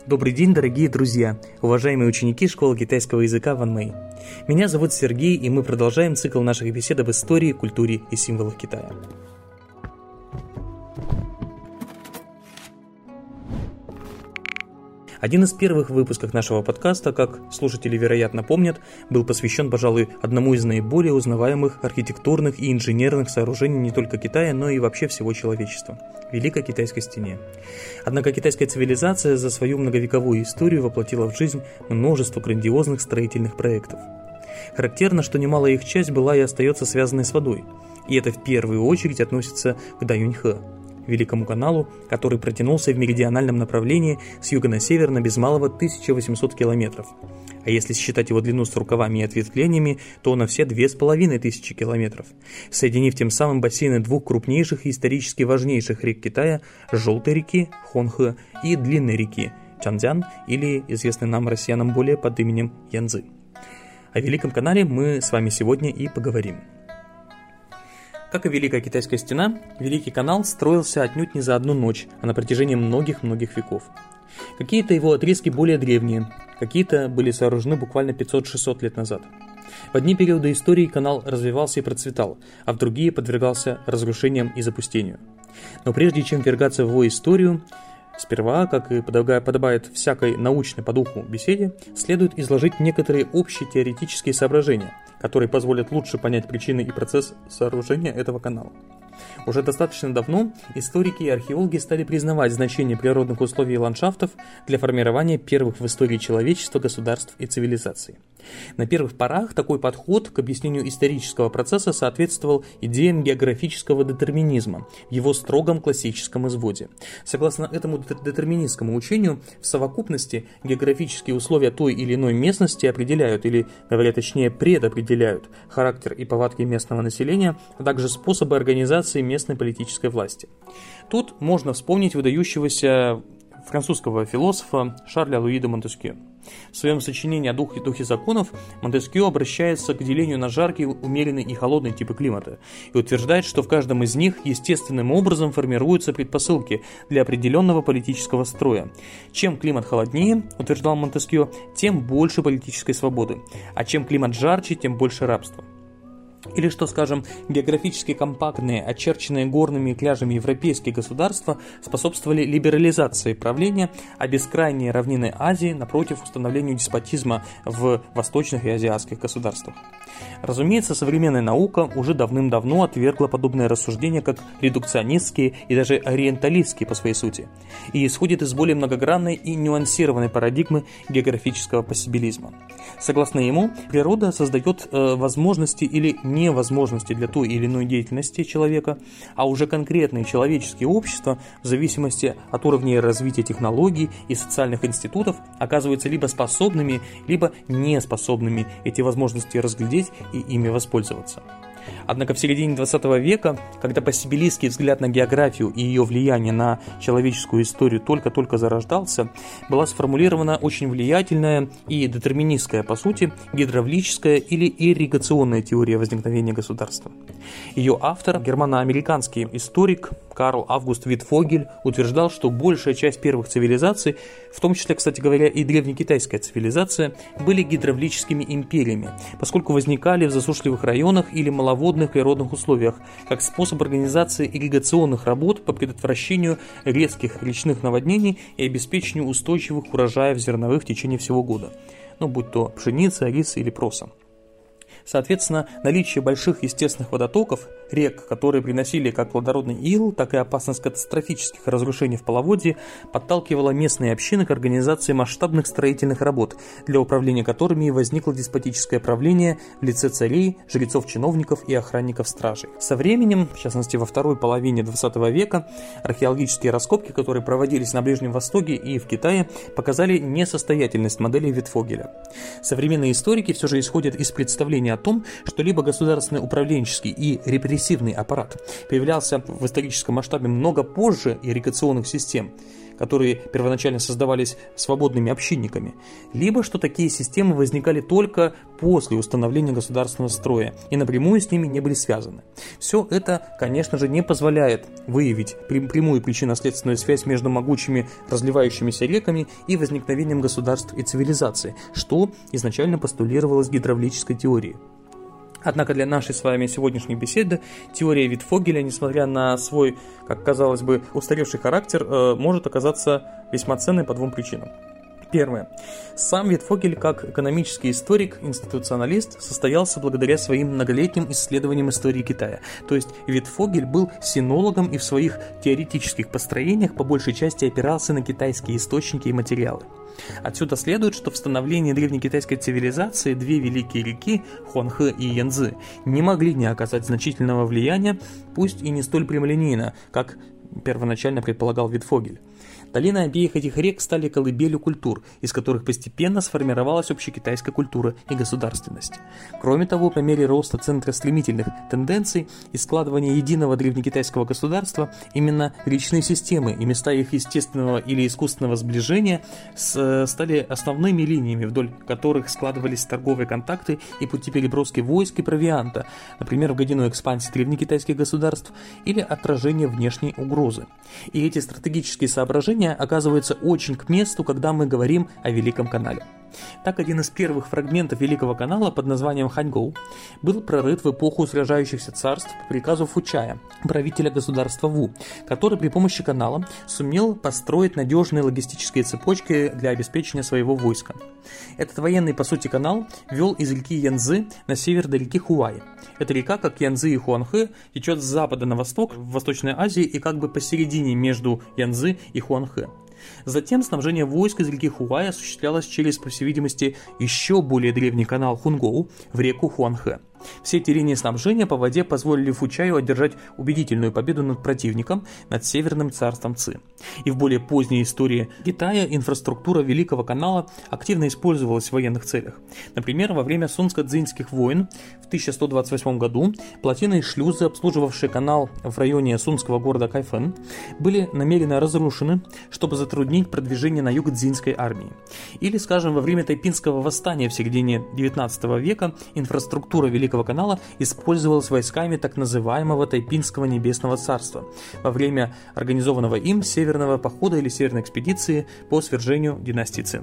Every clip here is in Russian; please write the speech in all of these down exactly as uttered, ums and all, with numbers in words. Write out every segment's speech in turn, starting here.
Добрый день, дорогие друзья, уважаемые ученики школы китайского языка Ванмэй. Меня зовут Сергей, и мы продолжаем цикл наших бесед об истории, культуре и символах Китая. Один из первых выпусков нашего подкаста, как слушатели, вероятно, помнят, был посвящен, пожалуй, одному из наиболее узнаваемых архитектурных и инженерных сооружений не только Китая, но и вообще всего человечества – Великой Китайской стене. Однако китайская цивилизация за свою многовековую историю воплотила в жизнь множество грандиозных строительных проектов. Характерно, что немалая их часть была и остается связанной с водой, и это в первую очередь относится к Даюньхэ, Великому каналу, который протянулся в меридиональном направлении с юга на север на без малого тысяча восемьсот километров. А если считать его длину с рукавами и ответвлениями, то на все две с половиной тысячи километров, соединив тем самым бассейны двух крупнейших и исторически важнейших рек Китая – Желтой реки, Хонхэ, и Длинной реки, Чанцзян, или известной нам, россиянам, более под именем Янцзы. О Великом канале мы с вами сегодня и поговорим. Как и Великая Китайская стена, Великий канал строился отнюдь не за одну ночь, а на протяжении многих-многих веков. Какие-то его отрезки более древние, какие-то были сооружены буквально пятьсот-шестьсот лет назад. В одни периоды истории канал развивался и процветал, а в другие подвергался разрушениям и запустению. Но прежде чем ввергаться в его историю, сперва, как и подобает всякой научной по духу беседе, следует изложить некоторые общие теоретические соображения, которые позволят лучше понять причины и процесс сооружения этого канала. Уже достаточно давно историки и археологи стали признавать значение природных условий и ландшафтов для формирования первых в истории человечества государств и цивилизаций. На первых порах такой подход к объяснению исторического процесса соответствовал идеям географического детерминизма в его строгом классическом изводе. Согласно этому детерминистскому учению, в совокупности географические условия той или иной местности определяют, или, говоря точнее, предопределяют характер и повадки местного населения, а также способы организации местной политической власти. Тут можно вспомнить выдающегося французского философа Шарля Луи де Монтескьё. В своем сочинении о духе, духе законов Монтескьё обращается к делению на жаркий, умеренный и холодный типы климата и утверждает, что в каждом из них естественным образом формируются предпосылки для определенного политического строя. Чем климат холоднее, утверждал Монтескьё, тем больше политической свободы, а чем климат жарче, тем больше рабства. Или что, скажем, географически компактные, очерченные горными пляжами европейские государства способствовали либерализации правления, а бескрайние равнины Азии, напротив, установлению деспотизма в восточных и азиатских государствах. Разумеется, современная наука уже давным-давно отвергла подобные рассуждения как редукционистские и даже ориенталистские по своей сути, и исходит из более многогранной и нюансированной парадигмы географического пассибилизма. Согласно ему, природа создает э, возможности или невозможности для той или иной деятельности человека, а уже конкретные человеческие общества, в зависимости от уровня развития технологий и социальных институтов, оказываются либо способными, либо неспособными эти возможности разглядеть и ими воспользоваться. Однако в середине двадцатого века, когда пассибилистский взгляд на географию и ее влияние на человеческую историю только-только зарождался, была сформулирована очень влиятельная и детерминистская, по сути, гидравлическая или ирригационная теория возникновения государства. Ее автор, германо-американский историк Карл Август Витфогель, утверждал, что большая часть первых цивилизаций, в том числе, кстати говоря, и древнекитайская цивилизация, были гидравлическими империями, поскольку возникали в засушливых районах или маловодных природных условиях, как способ организации ирригационных работ по предотвращению резких речных наводнений и обеспечению устойчивых урожаев зерновых в течение всего года, ну, будь то пшеница, рис или проса. Соответственно, наличие больших естественных водотоков, рек, которые приносили как плодородный ил, так и опасность катастрофических разрушений в половодье, подталкивало местные общины к организации масштабных строительных работ, для управления которыми и возникло деспотическое правление в лице царей, жрецов-чиновников и охранников-стражей. Со временем, в частности во второй половине двадцатого века, археологические раскопки, которые проводились на Ближнем Востоке и в Китае, показали несостоятельность моделей Витфогеля. Современные историки все же исходят из представления о том, что либо государственный управленческий и репрессивный аппарат появлялся в историческом масштабе много позже ирригационных систем, которые первоначально создавались свободными общинниками, либо что такие системы возникали только после установления государственного строя и напрямую с ними не были связаны. Все это, конечно же, не позволяет выявить прямую причинно-следственную связь между могучими разливающимися реками и возникновением государств и цивилизации, что изначально постулировалось в гидравлической теории. Однако для нашей с вами сегодняшней беседы теория Витфогеля, несмотря на свой, как казалось бы, устаревший характер, может оказаться весьма ценной по двум причинам. Первое. Сам Витфогель, как экономический историк, институционалист, состоялся благодаря своим многолетним исследованиям истории Китая. То есть Витфогель был синологом и в своих теоретических построениях по большей части опирался на китайские источники и материалы. Отсюда следует, что в становлении древнекитайской цивилизации две великие реки, Хуанхэ и Янцзы, не могли не оказать значительного влияния, пусть и не столь прямолинейно, как первоначально предполагал Витфогель. Долины обеих этих рек стали колыбелью культур, из которых постепенно сформировалась общекитайская культура и государственность. Кроме того, по мере роста центра стремительных тенденций и складывания единого древнекитайского государства, именно речные системы и места их естественного или искусственного сближения стали основными линиями, вдоль которых складывались торговые контакты и пути переброски войск и провианта, например, в годину экспансии древнекитайских государств или отражения внешней угрозы. И эти стратегические соображения оказывается очень к месту, когда мы говорим о Великом канале. Так, один из первых фрагментов Великого канала под названием Ханьгоу был прорыт в эпоху сражающихся царств по приказу Фучая, правителя государства Ву, который при помощи канала сумел построить надежные логистические цепочки для обеспечения своего войска. Этот военный, по сути, канал вел из реки Янцзы на север до реки Хуай. Эта река, как Янцзы и Хуанхэ, течет с запада на восток в Восточной Азии и как бы посередине между Янцзы и Хуанхэ. Затем снабжение войск из реки Хуай осуществлялось через, по всей видимости, еще более древний канал Хунгоу в реку Хуанхэ. Все эти линии снабжения по воде позволили Фучаю одержать убедительную победу над противником, над Северным царством Ци. И в более поздней истории Китая инфраструктура Великого канала активно использовалась в военных целях. Например, во время сунско-цзиньских войн в тысяча сто двадцать восьмом году плотины и шлюзы, обслуживавшие канал в районе сунского города Кайфэн, были намеренно разрушены, чтобы затруднить продвижение на юг цзиньской армии. Или, скажем, во время Тайпинского восстания в середине девятнадцатого века инфраструктура Великого канала использовалась войсками так называемого Тайпинского небесного царства во время организованного им северного похода или северной экспедиции по свержению династии Цин.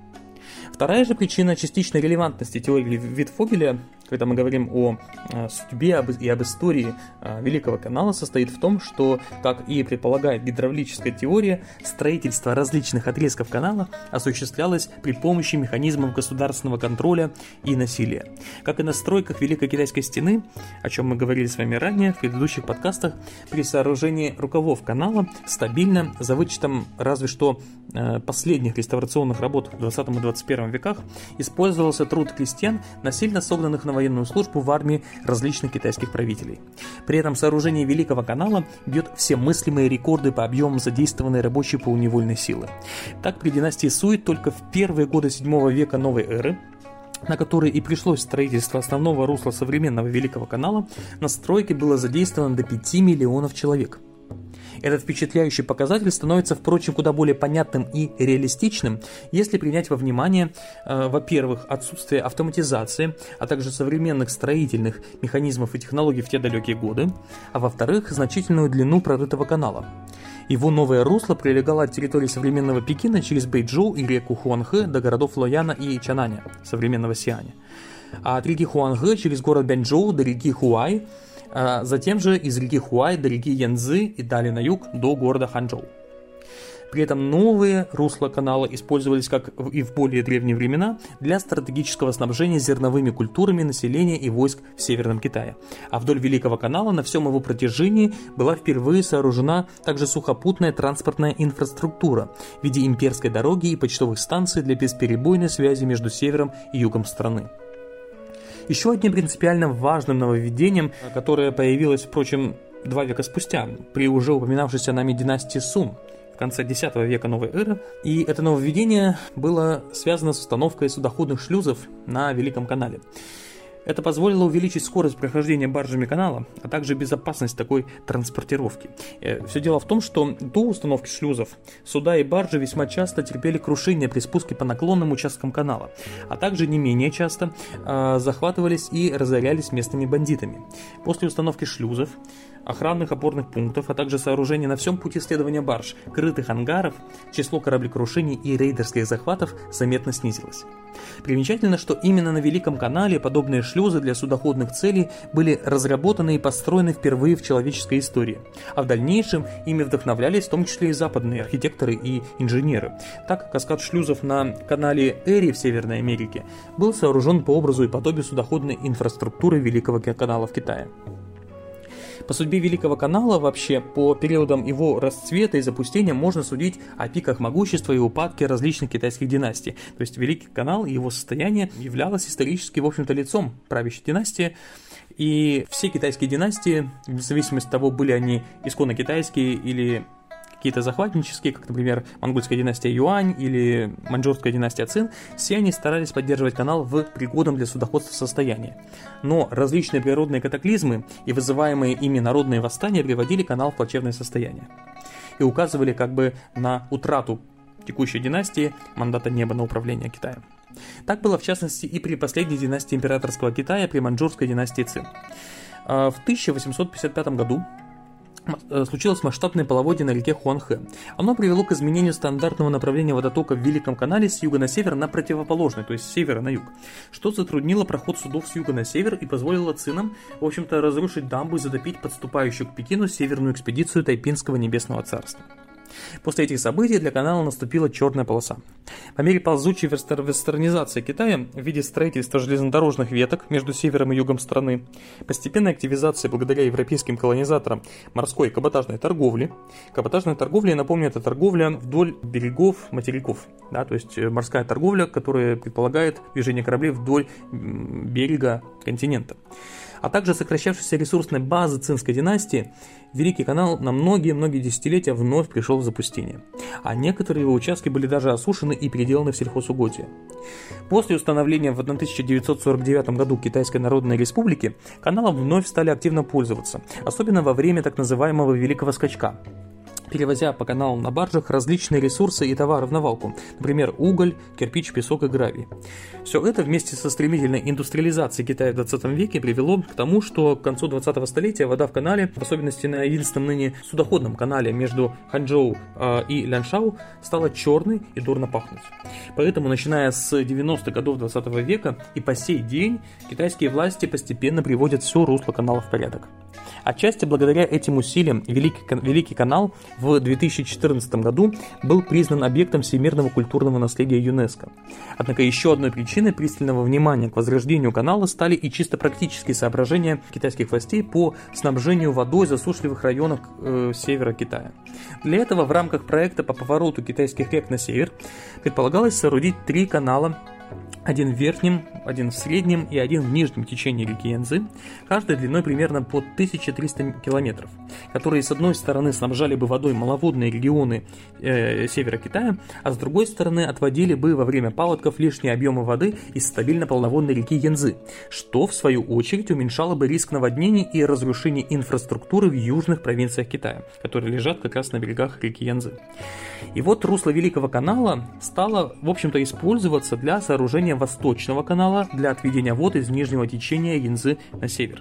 Вторая же причина частичной релевантности теории Витфогеля, когда мы говорим о судьбе и об истории Великого канала, состоит в том, что, как и предполагает гидравлическая теория, строительство различных отрезков канала осуществлялось при помощи механизмов государственного контроля и насилия. Как и на стройках Великой Китайской стены, о чем мы говорили с вами ранее в предыдущих подкастах, при сооружении рукавов канала стабильно, за вычетом разве что последних реставрационных работ в двадцатом и двадцать первом веках, использовался труд крестьян, насильно согнанных на военную службу в армии различных китайских правителей. При этом сооружение Великого канала бьет все мыслимые рекорды по объемам задействованной рабочей полуневольной силы. Так, при династии Суй только в первые годы седьмого века новой эры, на который и пришлось строительство основного русла современного Великого канала, на стройке было задействовано до пяти миллионов человек. Этот впечатляющий показатель становится, впрочем, куда более понятным и реалистичным, если принять во внимание, э, во-первых, отсутствие автоматизации, а также современных строительных механизмов и технологий в те далекие годы, а во-вторых, значительную длину прорытого канала. Его новое русло прилегало от территории современного Пекина через Бэйчжоу и реку Хуанхэ до городов Лояна и Чананя, современного Сианя, а от реки Хуанхэ через город Бянчжоу до реки Хуай, а затем же из реки Хуай до реки Янцзы и далее на юг до города Ханчжоу. При этом новые русла канала использовались, как и в более древние времена, для стратегического снабжения зерновыми культурами населения и войск в Северном Китае. А вдоль Великого канала на всем его протяжении была впервые сооружена также сухопутная транспортная инфраструктура в виде имперской дороги и почтовых станций для бесперебойной связи между севером и югом страны. Еще одним принципиально важным нововведением, которое появилось, впрочем, два века спустя, при уже упоминавшейся нами династии Сун в конце десятого века новой эры, и это нововведение было связано с установкой судоходных шлюзов на Великом канале. Это позволило увеличить скорость прохождения баржами канала, а также безопасность такой транспортировки. Все дело в том, что до установки шлюзов суда и баржи весьма часто терпели крушение при спуске по наклонным участкам канала, а также не менее часто э, захватывались и разорялись местными бандитами. После установки шлюзов, охранных опорных пунктов, а также сооружений на всем пути следования барж, крытых ангаров, число кораблекрушений и рейдерских захватов заметно снизилось. Примечательно, что именно на Великом канале подобные шлюзы для судоходных целей были разработаны и построены впервые в человеческой истории, а в дальнейшем ими вдохновлялись в том числе и западные архитекторы и инженеры. Так, каскад шлюзов на канале Эри в Северной Америке был сооружен по образу и подобию судоходной инфраструктуры Великого канала в Китае. По судьбе Великого канала вообще, по периодам его расцвета и запустения можно судить о пиках могущества и упадке различных китайских династий. То есть Великий канал и его состояние являлось исторически, в общем-то, лицом правящей династии. И все китайские династии, в зависимости от того, были они исконно китайские или какие-то захватнические, как, например, монгольская династия Юань или маньчжурская династия Цин, все они старались поддерживать канал в пригодном для судоходства состоянии. Но различные природные катаклизмы и вызываемые ими народные восстания приводили канал в плачевное состояние и указывали как бы на утрату текущей династии мандата неба на управление Китаем. Так было в частности и при последней династии императорского Китая, при маньчжурской династии Цин. В тысяча восемьсот пятьдесят пятом году случилось масштабное половодье на реке Хуанхэ. Оно привело к изменению стандартного направления водотока в Великом канале с юга на север на противоположный, то есть с севера на юг, что затруднило проход судов с юга на север и позволило цинам, в общем-то, разрушить дамбу и затопить подступающую к Пекину северную экспедицию Тайпинского небесного царства. После этих событий для канала наступила черная полоса. По мере ползучей вестер- вестернизации Китая в виде строительства железнодорожных веток между севером и югом страны, постепенной активизации благодаря европейским колонизаторам морской и каботажной торговли. Каботажная торговля, я напомню, это торговля вдоль берегов материков, да, то есть морская торговля, которая предполагает движение кораблей вдоль берега континента. А также сокращавшейся ресурсной базы цинской династии, Великий канал на многие-многие десятилетия вновь пришел в запустение, а некоторые его участки были даже осушены и переделаны в сельхозугодия. После установления в тысяча девятьсот сорок девятом году Китайской Народной Республики каналом вновь стали активно пользоваться, особенно во время так называемого Великого скачка, перевозя по каналу на баржах различные ресурсы и товары в навалку, например, уголь, кирпич, песок и гравий. Все это вместе со стремительной индустриализацией Китая в двадцатом веке привело к тому, что к концу двадцатого столетия вода в канале, в особенности на единственном ныне судоходном канале между Ханчжоу э, и Ляншау, стала черной и дурно пахнуть. Поэтому, начиная с девяностых годов двадцатого века и по сей день, китайские власти постепенно приводят все русло канала в порядок. Отчасти благодаря этим усилиям Великий, Великий канал в две тысячи четырнадцатом году был признан объектом всемирного культурного наследия ЮНЕСКО. Однако еще одной причиной пристального внимания к возрождению канала стали и чисто практические соображения китайских властей по снабжению водой засушливых районов э, севера Китая. Для этого в рамках проекта по повороту китайских рек на север предполагалось соорудить три канала, один в верхнем, один в среднем и один в нижнем течении реки Янцзы, каждый длиной примерно по тысяча триста километров, которые с одной стороны снабжали бы водой маловодные регионы э, севера Китая, а с другой стороны отводили бы во время паводков лишние объемы воды из стабильно полноводной реки Янцзы, что в свою очередь уменьшало бы риск наводнений и разрушений инфраструктуры в южных провинциях Китая, которые лежат как раз на берегах реки Янцзы. И вот русло Великого канала стало, в общем-то, использоваться для сооружения Восточного канала для отведения вод из нижнего течения Янцзы на север.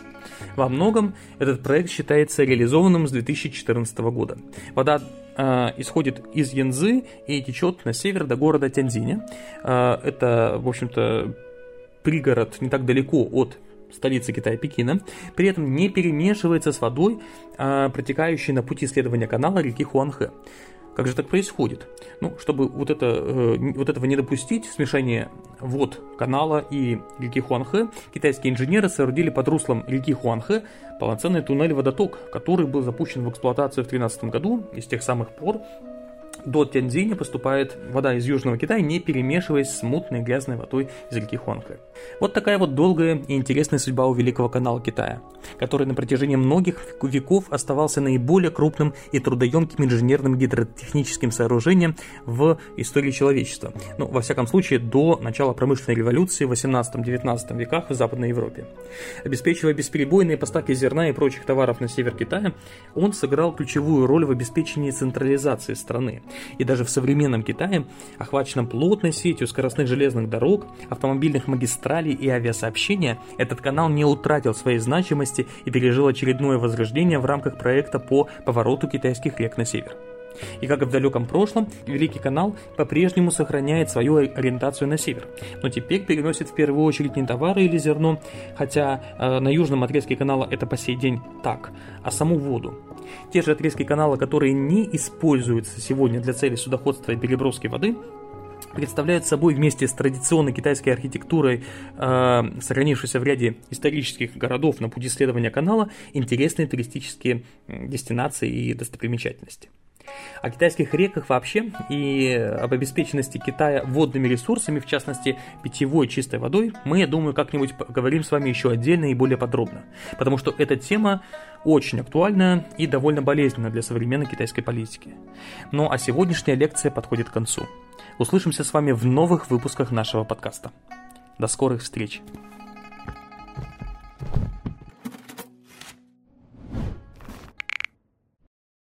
Во многом этот проект считается реализованным с две тысячи четырнадцатого года. Вода э, исходит из Янцзы и течет на север до города Тяньцзиня. Э, это, в общем-то, пригород не так далеко от столицы Китая, Пекина, при этом не перемешивается с водой, э, протекающей на пути следования канала реки Хуанхэ. Как же так происходит? Ну, чтобы вот, это, э, вот этого не допустить, смешение вод канала и реки Хуанхэ, китайские инженеры соорудили под руслом реки Хуанхэ полноценный туннель-водоток, который был запущен в эксплуатацию в две тысячи тринадцатом году, и с тех самых пор до Тяньцзиня поступает вода из Южного Китая, не перемешиваясь с мутной грязной водой из реки Хуанхэ. Вот такая вот долгая и интересная судьба у Великого канала Китая, который на протяжении многих веков оставался наиболее крупным и трудоемким инженерным гидротехническим сооружением в истории человечества. Ну, во всяком случае, до начала промышленной революции в восемнадцатом-девятнадцатом веках в Западной Европе. Обеспечивая бесперебойные поставки зерна и прочих товаров на север Китая, он сыграл ключевую роль в обеспечении централизации страны. И даже в современном Китае, охваченном плотной сетью скоростных железных дорог, автомобильных магистралей и авиасообщения, этот канал не утратил своей значимости и пережил очередное возрождение в рамках проекта по повороту китайских рек на север. И как и в далеком прошлом, Великий канал по-прежнему сохраняет свою ориентацию на север, но теперь переносит в первую очередь не товары или зерно, хотя э, на южном отрезке канала это по сей день так, а саму воду. Те же отрезки канала, которые не используются сегодня для цели судоходства и переброски воды, представляют собой вместе с традиционной китайской архитектурой, э, сохранившейся в ряде исторических городов на пути следования канала, интересные туристические дестинации и достопримечательности. О китайских реках вообще и об обеспеченности Китая водными ресурсами, в частности питьевой чистой водой, мы, я думаю, как-нибудь поговорим с вами еще отдельно и более подробно, потому что эта тема очень актуальна и довольно болезненна для современной китайской политики. Ну а сегодняшняя лекция подходит к концу. Услышимся с вами в новых выпусках нашего подкаста. До скорых встреч!